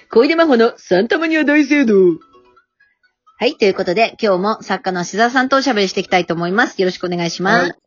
小出真帆のサンタマニア大聖堂。はい、ということで、今日も作家の志沢さんとおしゃべりしていきたいと思います。よろしくお願いします。はい、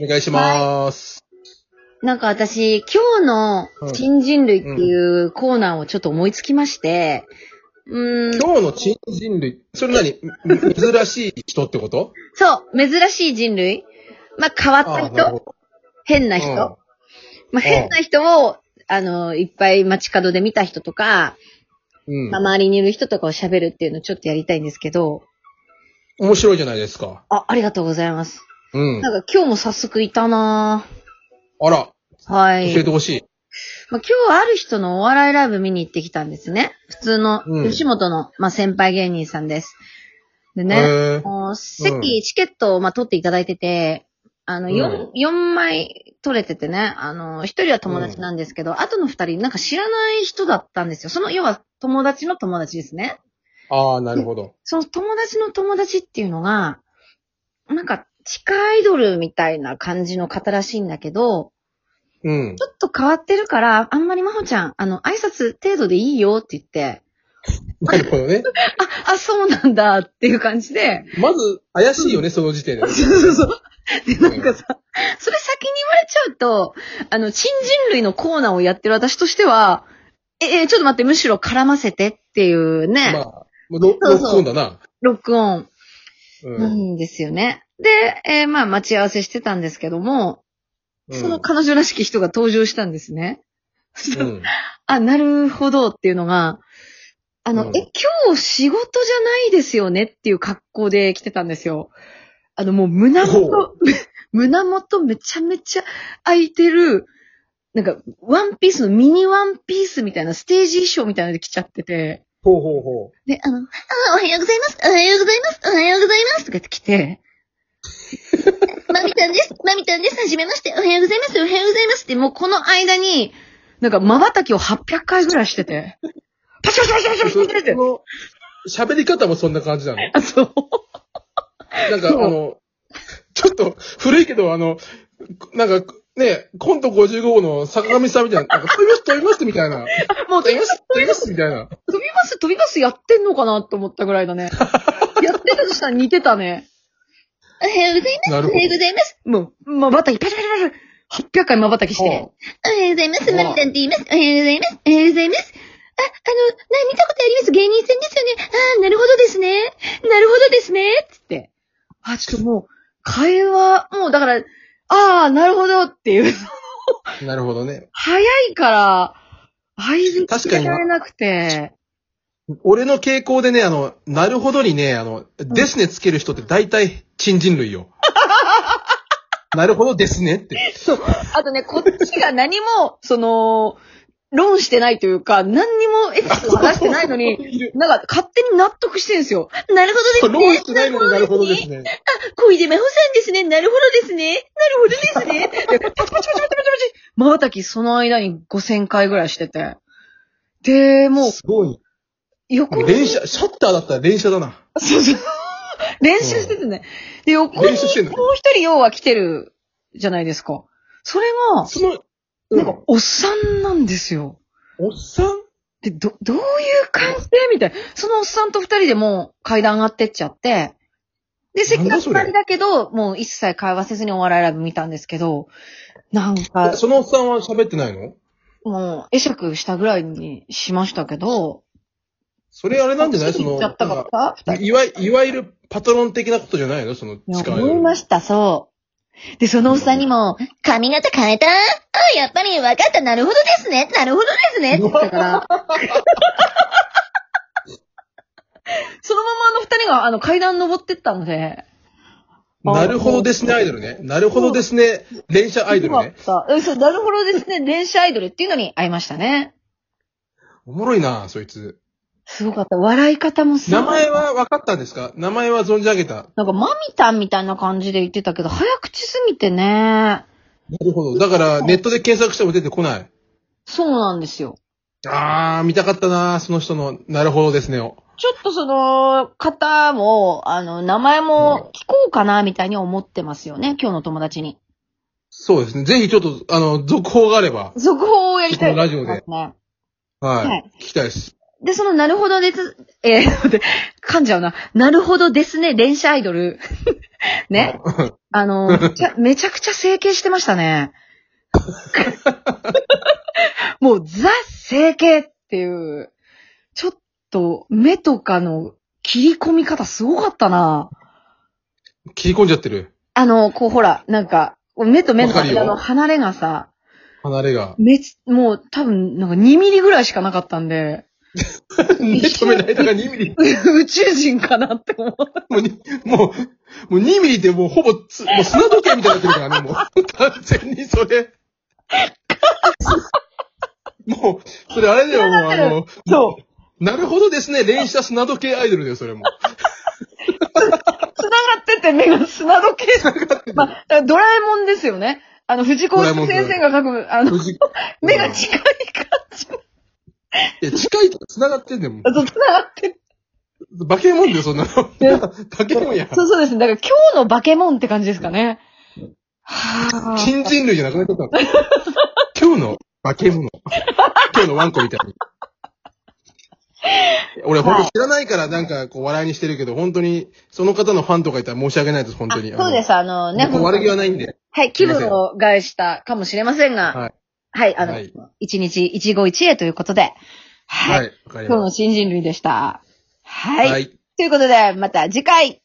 お願いします。 なんか私、今日の新人類っていうコーナーをちょっと思いつきまして、 今日の新人類、それ何珍しい人ってこと？ そう、珍しい人類。まあ、変わった人。変な人。まあ、変な人を、いっぱい街角で見た人とか、まあ、周りにいる人とかを喋るっていうのをちょっとやりたいんですけど。 面白いじゃないですか。 ありがとうございます。なんか今日も早速いたなぁ。 あら。 はい。 教えてほしい。 まあ、今日ある人のお笑いライブ見に行ってきたんですね。普通の吉本の、まあ、先輩芸人さんです。でね、席、チケットをまあ取っていただいてて、4枚取れててね、1人は友達なんですけど、あとの2人なんか知らない人だったんですよ。その、要は友達の友達ですね。 ああ、なるほど。 その友達の友達っていうのが、なんか地下アイドルみたいな感じの方らしいんだけど、ちょっと変わってるから、あんまり真帆ちゃん、挨拶程度でいいよって言って、 なるほどね。 そうなんだっていう感じで。 まず、怪しいよね、その時点で。 そう。で、なんかさ、それ先に言われちゃうと、新人類のコーナーをやってる私としては、ちょっと待って、むしろ絡ませてっていうね。 まあ、ロックオンだな。 ロックオン。なんですよね。で、まあ、待ち合わせしてたんですけども、その彼女らしき人が登場したんですね。なるほどっていうのが、今日仕事じゃないですよねっていう格好で来てたんですよ。もう胸元めちゃめちゃ開いてる、なんか、ワンピースのミニワンピースみたいなステージ衣装みたいなので来ちゃってて。で、おはようございます、おはようございます、おはようございますとか言って来て、マミタンです、はじめまして、おはようございます、おはようございますって、もうこの間に、なんか瞬きを800回ぐらいしてて、パシャパシャパシャパシャパシャって。 喋り方もそんな感じなの？ そう。 なんかちょっと古いけどなんかね、コント55号の坂上さんみたいな、なんか飛びますみたいな。 もう飛びますみたいな。 飛びますやってんのかなと思ったぐらいだね。やってたとしたら似てたね。おはようございます。おはようございます。もう、瞬き、パシャパシャパシャ、800回瞬きして。おはようございます。マミタンって言います。おはようございます。おはようございます。見たことあります。芸人さんですよね。なるほどですね。なるほどですね。つって。ちょっともう、会話、もうだから、なるほどっていう。 なるほどね。 早いから、相づちつけられなくて。 俺の傾向でね、なるほどにね、ですねつける人って大体、新人類よ。なるほどですねって。 そう。あとね、こっちが何も、論してないというか、何にもエピソード話してないのに、なんか勝手に納得してるんですよ。なるほどですね。 論してないのになるほどですね。 小出真帆さんですね。なるほどですね。なるほどですね。パチパチパチパチパチパチ。瞬きその間に5000回ぐらいしてて。で、もう。 すごい。 横に。 連射、シャッターだったら連射だな。 そう。練習しててね。で、横にもう一人要は来てるじゃないですか。それが、なんか、おっさんなんですよ。 おっさんで、どういう関係みたいな。そのおっさんと二人でもう階段上がってっちゃって、で、席が二人だけど、もう一切会話せずにお笑いライブ見たんですけど、なんか。 そのおっさんは喋ってないの？ もう、会釈したぐらいにしましたけど。 それあれなんじゃない？いわゆるパトロン的なことじゃないの？その近い。思いました、そう。で、そのおっさんにも、髪型変えた？やっぱり分かった、なるほどですね、なるほどですね、って言ったから。そのまま二人が階段登ってったので。 なるほどですね、アイドルね。なるほどですね、連射アイドルね。 そう、なるほどですね、連射アイドルっていうのに会いましたね。 おもろいな、そいつ。 すごかった。笑い方もすごい。 名前は分かったんですか？名前は存じ上げた。 なんかマミタンみたいな感じで言ってたけど、早口すぎてね。なるほど。だから、ネットで検索しても出てこない。 そうなんですよ。 見たかったな、その人の、なるほどですねを。 ちょっとその方も、名前も聞こうかな、みたいに思ってますよね、今日の友達に。 そうですね。ぜひちょっと、続報があれば。 続報をやりたい。 このラジオで。はい。聞きたいです。 で、そのなるほどです、待って、噛んじゃうな。なるほどですね、連射アイドル。ね。めちゃくちゃ整形してましたね。もうザ整形っていう、ちょっと目とかの切り込み方すごかったな。 切り込んじゃってる。 こうほら、なんか、目と目の間の離れがさ、 離れが。 もう多分なんか2ミリぐらいしかなかったんで。 目と目の間が2ミリ。 宇宙人かなって思う。 もう2ミリでもうほぼもう砂時計みたいになってるからね、もう。完全にそれ。もう、それあれだよ、もうそう。 なるほどですね、連射砂時計アイドルだよ、それも。 繋がってて目が砂時計。まあ、ドラえもんですよね。藤子先生が書く、目が近い感じ。 いや、近いとか繋がってんだよ、もう。 そう、繋がってる。 化け物だよ、そんなの。化け物や。 そうです。だから今日の化け物って感じですかね。 はぁ。新人類じゃなくなっちゃったの。今日の化け物。今日のワンコみたいに。俺、ほんと知らないから、なんか、こう、笑いにしてるけど、本当に、その方のファンとかいたら申し訳ないです、本当に。 そうです、ね。 悪気はないんで。 はい、気分を害したかもしれませんが。はい。はい、一日一期一会ということで。はい。今日の新人類でした。はい。ということで、また次回。